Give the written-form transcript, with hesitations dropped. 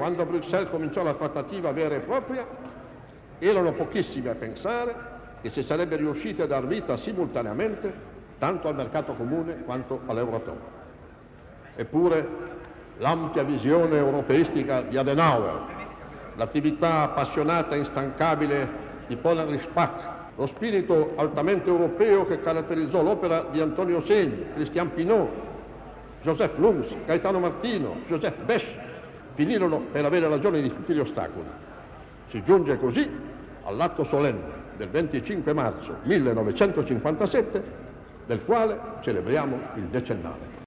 quando a Bruxelles cominciò la trattativa vera e propria, erano pochissimi a pensare che si sarebbe riusciti a dar vita simultaneamente tanto al mercato comune quanto all'Euratom. Eppure l'ampia visione europeistica di Adenauer, l'attività appassionata e instancabile di Paul Heinrich Spaak, lo spirito altamente europeo che caratterizzò l'opera di Antonio Segni, Christian Pineau, Joseph Luns, Gaetano Martino, Joseph Besch, finirono per avere ragione di tutti gli ostacoli. Si giunge così all'atto solenne del 25 marzo 1957, del quale celebriamo il decennale.